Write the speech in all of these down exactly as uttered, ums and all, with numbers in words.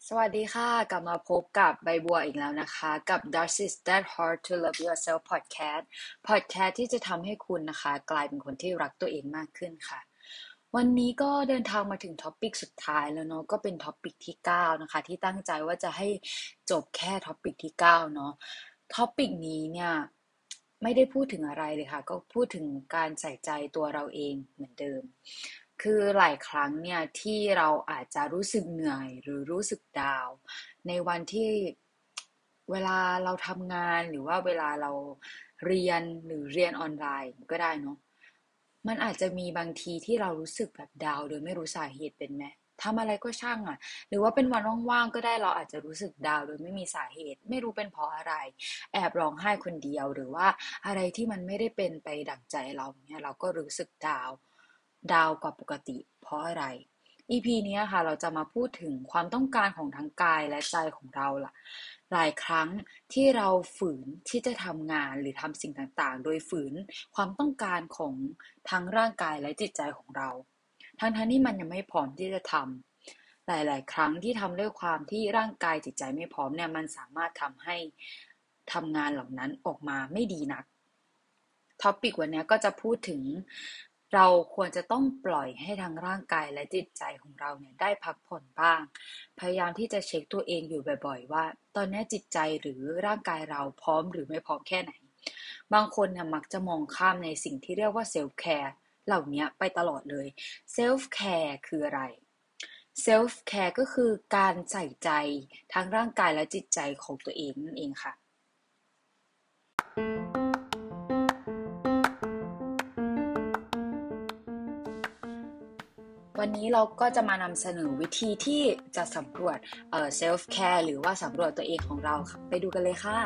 สวัสดีค่ะกลับมาพบกับใบบัวอีกแล้วนะคะกับ Does It That Hard to Love Yourself Podcast Podcast ที่จะทำให้คุณนะคะกลายเป็นคนที่รักตัวเองมากขึ้นค่ะวันนี้ก็เดินทางมาถึงท็อปิกสุดท้ายแล้วเนาะก็เป็นท็อปิกที่เก้านะคะที่ตั้งใจว่าจะให้จบแค่ท็อปิกที่เก้าเนาะท็อปิกนี้เนี่ยไม่ได้พูดถึงอะไรเลยค่ะก็พูดถึงการใส่ใจตัวเราเองเหมือนเดิม คือหลายครั้งเนี่ยที่เราอาจจะรู้สึกเหนื่อยหรือรู้สึกดาวน์ในวันที่เวลาเราทำงานหรือว่าเวลาเราเรียนหรือเรียนออนไลน์ก็ได้เนาะมันอาจจะมีบางทีที่เรารู้สึกแบบดาวน์โดยไม่รู้สาเหตุเป็นไหมทำอะไรก็ช่างอ่ะหรือว่าเป็นวันว่างๆก็ได้เราอาจจะรู้สึกดาวน์โดยไม่มีสาเหตุไม่รู้เป็นเพราะอะไรแอบร้องไห้คนเดียวหรือว่าอะไรที่มันไม่ได้เป็นไปดั่งใจเราเนี่ยเราก็รู้สึกดาวน์ ดาวกว่าปกติเพราะอะไร อี พี นี้ค่ะเราจะมาพูดถึงความต้องการของทั้งกายและใจของเราล่ะหลายครั้งที่เราฝืนที่จะทำงานหรือทำสิ่งต่างๆโดยฝืนความต้องการของทั้งร่างกายและจิตใจของเราทั้งๆที่มันยังไม่พร้อมที่จะทำหลายๆครั้งที่ทำด้วยความที่ร่างกายจิตใจไม่พร้อมเนี่ยมันสามารถทำให้ทำงานเหล่านั้นออกมาไม่ดีนัก ท็อปิกวันนี้ก็จะพูดถึงเราควรจะต้องปล่อยให้ทั้งร่างกายและจิตใจของเราเนี่ยได้พักผ่อนบ้างพยายามที่จะเช็คตัวเองอยู่บ่อยๆว่าตอนนี้จิตใจหรือร่างกายเราพร้อมหรือไม่พร้อมแค่ไหนบางคนเนี่ยมักจะมองข้ามในสิ่งที่เรียกว่าเซลฟ์แคร์เหล่านี้ไปตลอดเลยเซลฟ์แคร์คืออะไรเซลฟ์แคร์ก็คือการใส่ใจทั้งร่างกายและจิตใจของตัวเองนั่นเองค่ะ วันนี้เราก็จะมานำเสนอวิธีที่จะสำรวจเอ่อ self care หรือว่าสำรวจตัวเองของเราค่ะไปดูกันเลยค่ะ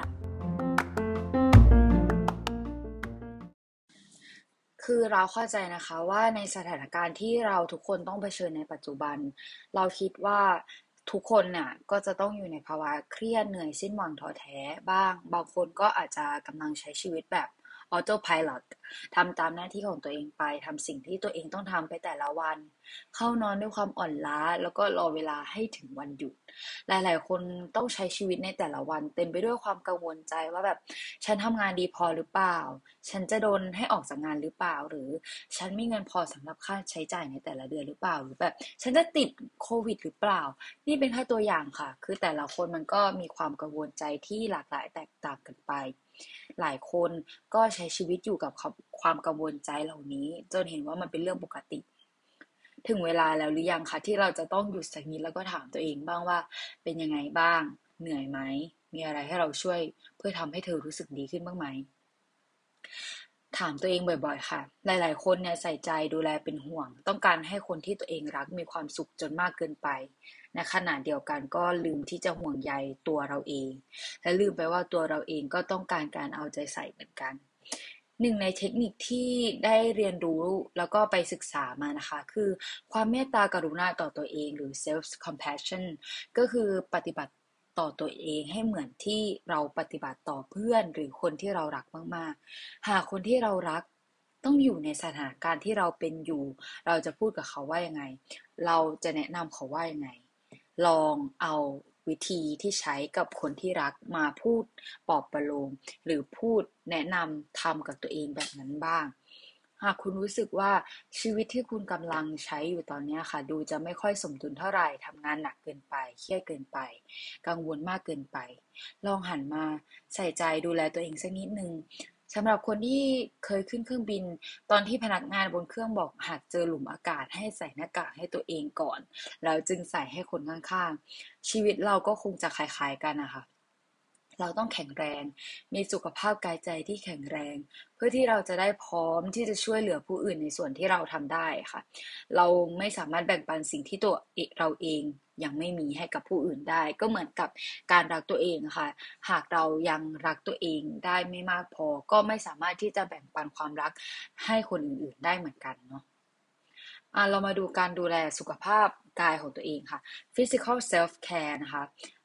คือเราเข้าใจนะคะว่าในสถานการณ์ที่เราทุกคนต้องเผชิญในปัจจุบันเราคิดว่าทุกคนเนี่ยก็จะต้องอยู่ในภาวะเครียดเหนื่อยสิ้นหวังท้อแท้บ้างบางคนก็อาจจะกำลังใช้ชีวิตแบบ autopilot ทำตามหน้าที่ของตัวเองไปทำสิ่งที่ตัวเองต้องทำไปแต่ละวันเข้านอนด้วยความอ่อนล้าแล้วก็รอเวลาให้ถึงวันหยุดหลายๆคนต้องใช้ชีวิตในแต่ละวันเต็มไปด้วยความกังวลใจว่าแบบฉันทำงานดีพอหรือเปล่าฉันจะโดนให้ออกจากงานหรือเปล่าหรือฉันมีเงินพอสำหรับค่าใช้จ่ายในแต่ละเดือนหรือเปล่าหรือแบบฉันจะติดโควิดหรือเปล่านี่เป็นแค่ตัวอย่างค่ะคือแต่ละคนมันก็มีความกังวลใจที่หลากหลายแตกต่างกันไปหลายคนก็ใช้ชีวิตอยู่กับความกังวลใจเหล่านี้จนเห็นว่ามันเป็นเรื่องปกติ ถึงเวลาแล้วหรือยังคะที่เราจะต้องหยุดสักนิดแล้วก็ถามตัวเองบ้างว่าเป็นยังไงบ้างเหนื่อยไหมมีอะไรให้เราช่วยเพื่อทำให้เธอรู้สึกดีขึ้นบ้างไหมถามตัวเองบ่อยๆค่ะหลายๆคนเนี่ยใส่ใจดูแลเป็นห่วงต้องการให้คนที่ตัวเองรักมีความสุขจนมากเกินไปในขณะเดียวกันก็ลืมที่จะห่วงใยตัวเราเองและลืมไปว่าตัวเราเองก็ต้องการการเอาใจใส่เหมือนกัน หนึ่งในเทคนิคที่ได้เรียนรู้แล้วก็ไปศึกษามานะคะคือความเมตตากรุณาต่อตัวเองหรือ self compassion ก็คือปฏิบัติต่อตัวเองให้เหมือนที่เราปฏิบัติต่อเพื่อนหรือคนที่เรารักมากๆหากคนที่เรารักต้องอยู่ในสถานการณ์ที่เราเป็นอยู่เราจะพูดกับเขาว่ายังไงเราจะแนะนำเขาว่ายังไงลองเอาวิธีที่ใช้กับคนที่รักมาพูดปลอบประโลม หรือพูดแนะนำทำกับตัวเองแบบนั้นบ้างหากคุณรู้สึกว่าชีวิตที่คุณกำลังใช้อยู่ตอนนี้ค่ะดูจะไม่ค่อยสมดุลเท่าไหร่ทำงานหนักเกินไปเครียดเกินไปกังวลมากเกินไปลองหันมาใส่ใจดูแลตัวเองสักนิดนึงสำหรับคนที่เคยขึ้นเครื่องบินตอนที่พนักงานบนเครื่องบอกหากเจอหลุมอากาศให้ใส่หน้ากากให้ตัวเองก่อนแล้วจึงใส่ให้คนข้างๆชีวิตเราก็คงจะคล้ายๆกันนะคะ เราต้องแข็งแรง มีสุขภาพกายใจที่แข็งแรง เพื่อที่เราจะได้พร้อมที่จะช่วยเหลือผู้อื่นในส่วนที่เราทำได้ค่ะเราไม่สามารถแบ่งปันสิ่งที่ตัวเราเองยังไม่มีให้กับผู้อื่นได้ ก็เหมือนกับการรักตัวเองค่ะหากเรายังรักตัวเองได้ไม่มากพอ ก็ไม่สามารถที่จะแบ่งปันความรักให้คนอื่นๆได้เหมือนกันเนาะ อ่ะเรามาดูการดูแลสุขภาพกายของตัวเองค่ะ physical self care นะคะ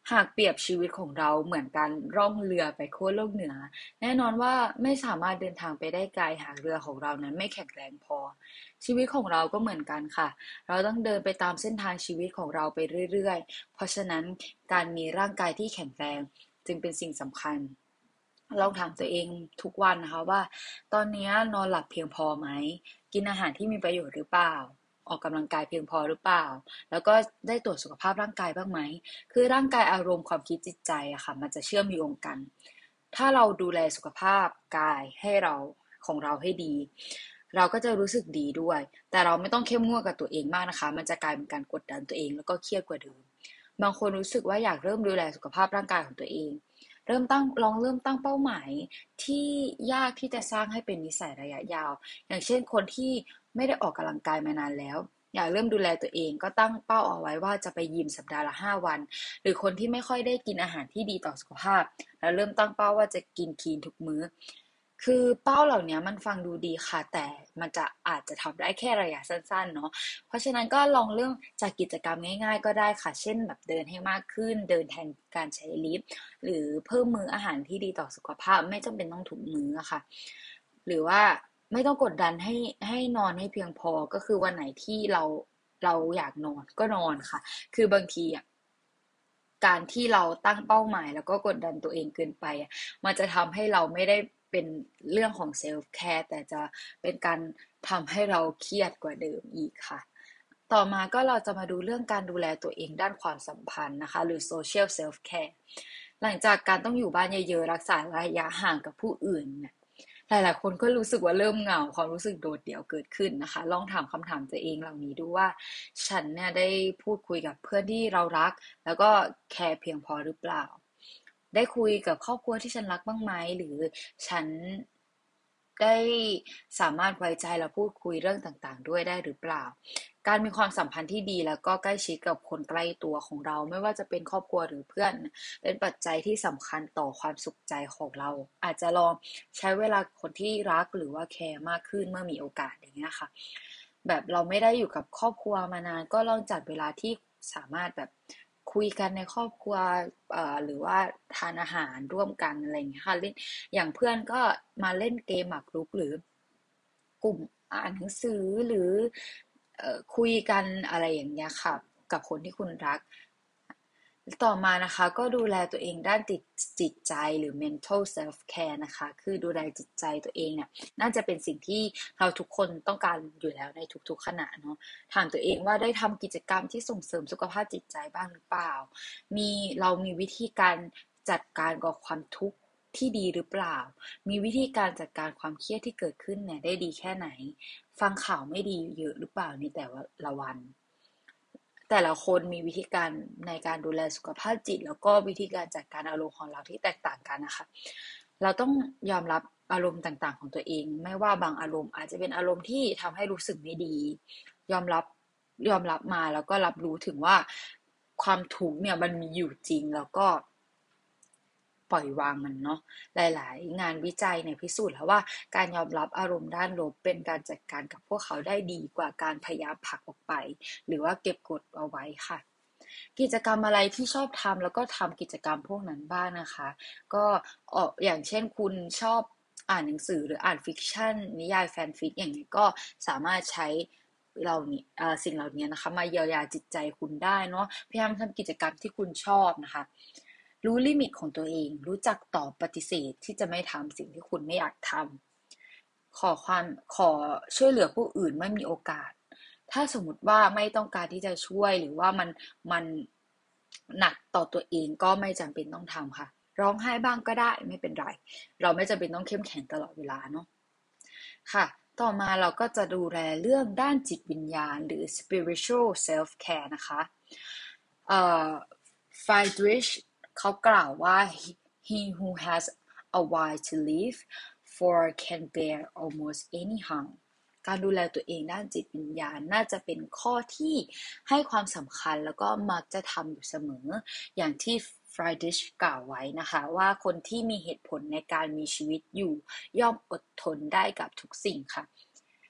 หากเปรียบชีวิตของเราเหมือนการร่องเรือไปขั้วโลกเหนือแน่นอนว่าไม่สามารถเดินทางไปได้ไกลหากเรือของเรานั้นไม่แข็งแรงพอชีวิตของเราก็เหมือนกันค่ะเราต้องเดินไปตามเส้นทางชีวิตของเราไปเรื่อยๆเพราะฉะนั้นการมีร่างกายที่แข็งแรงจึงเป็นสิ่งสำคัญลองถามตัวเองทุกวันนะคะว่าตอนนี้นอนหลับเพียงพอไหมกินอาหารที่มีประโยชน์หรือเปล่าออกกำลังกายเพียงพอหรือเปล่าแล้วก็ได้ตรวจสุขภาพร่างกายบ้างไหม คือร่างกายอารมณ์ความคิดจิตใจอะค่ะมันจะเชื่อมโยงกันถ้าเราดูแลสุขภาพกายให้เราของเราให้ดีเราก็จะรู้สึกดีด้วยแต่เราไม่ต้องเข้มงวดกับตัวเองมากนะคะมันจะกลายเป็นการกดดันตัวเองแล้วก็เครียดกว่าเดิมบางคนรู้สึกว่าอยากเริ่มดูแลสุขภาพร่างกายของตัวเองเริ่มตั้งลองเริ่มตั้งเป้าหมายที่ยากที่จะสร้างให้เป็นนิสัยระยะยาวอย่างเช่นคนที่ไม่ได้ออกกำลังกายมานานแล้วอยากเริ่มดูแลตัวเองก็ตั้งเป้าเอาไว้ว่าจะไปยิมสัปดาห์ละห้าวัน หรือคนที่ไม่ค่อยได้กินอาหารที่ดีต่อสุขภาพแล้วเริ่มตั้งเป้าว่าจะกินคลีนทุกมื้อคือเป้าเหล่านี้มันฟังดูดีค่ะแต่มันจะอาจจะทำได้แค่ระยะสั้นๆเนาะเพราะฉะนั้นก็ลองเริ่มจากกิจกรรมง่ายๆก็ได้ค่ะเช่นแบบเดินให้มากขึ้นเดินแทนการใช้ลิฟต์หรือเพิ่มมื้ออาหารที่ดีต่อสุขภาพไม่จำเป็นต้องทุกมื้ออะค่ะหรือว่าไม่ต้องกดดันให้ให้นอนให้เพียงพอก็คือวันไหนที่เราเราอยากนอนก็นอนค่ะคือบางทีอ่ะ การที่เราตั้งเป้าหมายแล้วก็กดดันตัวเองเกินไปอะมันจะทำให้เราไม่ได้เป็นเรื่องของเซลฟ์แคร์แต่จะเป็นการทำให้เราเครียดกว่าเดิมอีกค่ะต่อมาก็เราจะมาดูเรื่องการดูแลตัวเองด้านความสัมพันธ์นะคะหรือ social self care หลังจากการต้องอยู่บ้านเยอะๆรักษาระยะห่างกับผู้อื่นเนี่ยหลายๆคนก็รู้สึกว่าเริ่มเหงาความรู้สึกโดดเดี่ยวเกิดขึ้นนะคะลองถามคำถามตัวเองเหล่านี้ดูว่าฉันเนี่ยได้พูดคุยกับเพื่อนที่เรารัก แล้วก็แคร์เพียงพอหรือเปล่า ได้คุยกับครอบครัวที่ฉันรักบ้างไหมหรือฉันได้สามารถไว้ใจและพูดคุยเรื่องต่างๆด้วยได้หรือเปล่า การมีความสัมพันธ์ที่ดีแล้วก็ใกล้ชิดกับคนใกล้ตัวของเราไม่ว่าจะเป็นครอบครัวหรือเพื่อนเป็นปัจจัยที่สำคัญต่อความสุขใจของเราอาจจะลองใช้เวลาคนที่รักหรือว่าแคร์มากขึ้นเมื่อมีโอกาสอย่างเงี้ยค่ะแบบเราไม่ได้อยู่กับครอบครัวมานานก็ลองจัดเวลาที่สามารถแบบคุยกันในครอบครัวเอ่อหรือว่าทานอาหารร่วมกันอะไรอย่างเงี้ยค่ะเล่นอย่างเพื่อนก็มาเล่นเกมหมากรุกหรือ กลุ่มอ่านหนังสือหรือเอ่อคุยกันอะไรอย่างเงี้ยค่ะกับคนที่คุณรักต่อมานะคะก็ดูแลตัวเองด้านจิตจิตใจหรือ mental self care นะคะคือดูแลจิตใจตัวเองเนี่ยน่าจะเป็นสิ่งที่เราทุกคนต้องการอยู่แล้วในทุกๆขณะเนาะถามตัวเองว่าได้ทำกิจกรรมที่ส่งเสริมสุขภาพจิตใจบ้างหรือเปล่ามีเรามีวิธีการจัดการกับความทุกข์ที่ดีหรือเปล่ามีวิธีการจัดการความเครียดที่เกิดขึ้นเนี่ยได้ดีแค่ไหนฟังข่าวไม่ดีเยอะหรือเปล่าในแต่ละวันแต่ละคนมีวิธีการในการดูแลสุขภาพจิตแล้วก็วิธีการจัดการอารมณ์ของเราที่แตกต่างกันนะคะเราต้องยอมรับอารมณ์ต่างๆของตัวเองไม่ว่าบางอารมณ์อาจจะเป็นอารมณ์ที่ทำให้รู้สึกไม่ดียอมรับยอมรับมาแล้วก็รับรู้ถึงว่าความทุกข์เนี่ยมันมีอยู่จริงแล้วก็ ปล่อยวางมันเนาะหลายๆงานวิจัยเนี่ยพิสูจน์แล้วว่าการยอมรับอารมณ์ด้านลบเป็นการจัดการกับพวกเขาได้ดีกว่าการพยายามผลักออกไปหรือว่าเก็บกดเอาไว้ค่ะกิจกรรมอะไรที่ชอบทำแล้วก็ทำกิจกรรมพวกนั้นบ้างนะคะก็ออกอย่างเช่นคุณชอบอ่านหนังสือหรืออ่านฟิกชันนิยายแฟนฟิกอย่างนี้ก็สามารถใช้เรานี่สิ่งเหล่านี้นะคะมาเยียวยาจิตใจคุณได้เนาะพยายามทำกิจกรรมที่คุณชอบนะคะ รู้ลิมิตของตัวเองรู้จักตอบปฏิเสธที่จะไม่ทำสิ่งที่คุณไม่อยากทำขอความขอช่วยเหลือผู้อื่นไม่มีโอกาสถ้าสมมติว่าไม่ต้องการที่จะช่วยหรือว่ามันมันหนักต่อตัวเองก็ไม่จำเป็นต้องทำค่ะร้องไห้บ้างก็ได้ไม่เป็นไรเราไม่จำเป็นต้องเข้มแข็งตลอดเวลาเนาะค่ะต่อมาเราก็จะดูแลเรื่องด้านจิตวิญญาณหรือ spiritual self care นะคะเอ่อ Friedrich เขากล่าวว่า he who has a while to live for can bear almost any harm การดูแลตัวเองด้านจิตวิญญาณน่าจะเป็นข้อที่ให้ความสำคัญแล้วก็มักจะทำอยู่เสมออย่างที่ฟรายดิชกล่าวไว้นะคะว่าคนที่มีเหตุผลในการมีชีวิตอยู่ย่อมอดทนได้กับทุกสิ่งค่ะ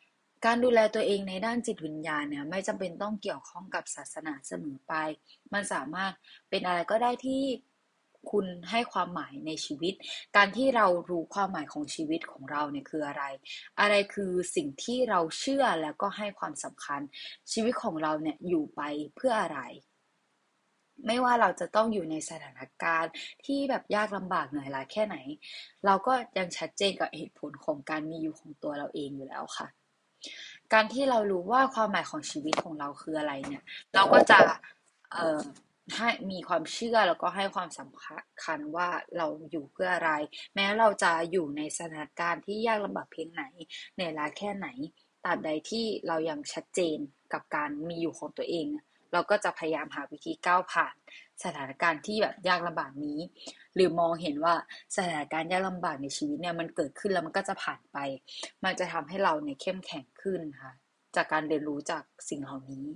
การดูแลตัวเองในด้านจิตวิญญาณเนี่ยไม่จำเป็นต้องเกี่ยวข้องกับศาสนาเสมอไปมันสามารถเป็นอะไรก็ได้ที่คุณให้ความหมายในชีวิตการที่เรารู้ความหมายของชีวิตของเราเนี่ยคืออะไรอะไรคือสิ่งที่เราเชื่อแล้วก็ให้ความสำคัญชีวิตของเราเนี่ยอยู่ไปเพื่ออะไรไม่ว่าเราจะต้องอยู่ในสถานการณ์ที่แบบยากลำบากเหนื่อยล้าแค่ไหนเราก็ยังชัดเจนกับเหตุผลของการมีอยู่ของตัวเราเองอยู่แล้วค่ะการที่เรารู้ว่าความหมายของชีวิตของเราคืออะไรเนี่ยเราก็จะเอ่อให้มีความเชื่อแล้วก็ให้ความสำคัญว่าเราอยู่เพื่ออะไรแม้เราจะอยู่ในสถานการณ์ที่ยากลำบากเพียงไหนเหนื่อยล้าแค่ไหนตราบใดที่เรายังชัดเจนกับการมีอยู่ของตัวเองเราก็จะพยายามหาวิธีก้าวผ่านสถานการณ์ที่แบบยากลำบากนี้หรือมองเห็นว่าสถานการณ์ยากลำบากในชีวิตเนี่ยมันเกิดขึ้นแล้วมันก็จะผ่านไปมันจะทำให้เราเนี่ยเข้มแข็งขึ้นค่ะจากการเรียนรู้จากสิ่งเหล่านี้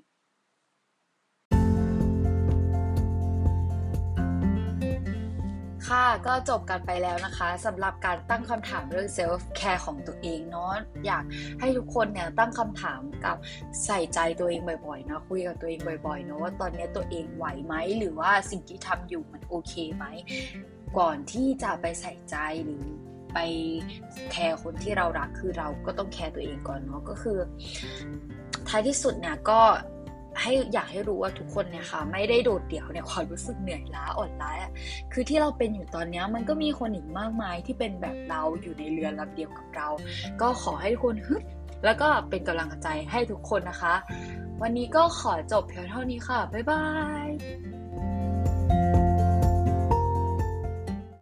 ค่ะก็จบกันไปแล้วนะคะสำหรับการตั้งคำถามเรื่อง self care ของตัวเองเนาะอยากให้ทุกคนเนี่ยตั้งคำถามกับใส่ใจตัวเองบ่อยๆนะคุยกับตัวเองบ่อยๆเนาะว่าตอนนี้ตัวเองไหวไหมหรือว่าสิ่งที่ทำอยู่มันโอเคไหมก่อนที่จะไปใส่ใจหรือไปแคร์คนที่เรารักคือเราก็ต้องแคร์ตัวเองก่อนเนาะก็คือท้ายที่สุดเนี่ยก็ให้อยากให้รู้ว่าทุกคนเนี่ยค่ะไม่ได้โดดเดี่ยวในความรู้สึกเหนื่อยล้าอ่อนล้าคือที่เราเป็นอยู่ตอนนี้มันก็มีคนอีกมากมายที่เป็นแบบเราอยู่ในเรือลำเดียวกับเราก็ขอให้ทุกคนฮึดแล้วก็เป็นกำลังใจให้ทุกคนนะคะวันนี้ก็ขอจบเพียงเท่านี้ค่ะบ๊ายบาย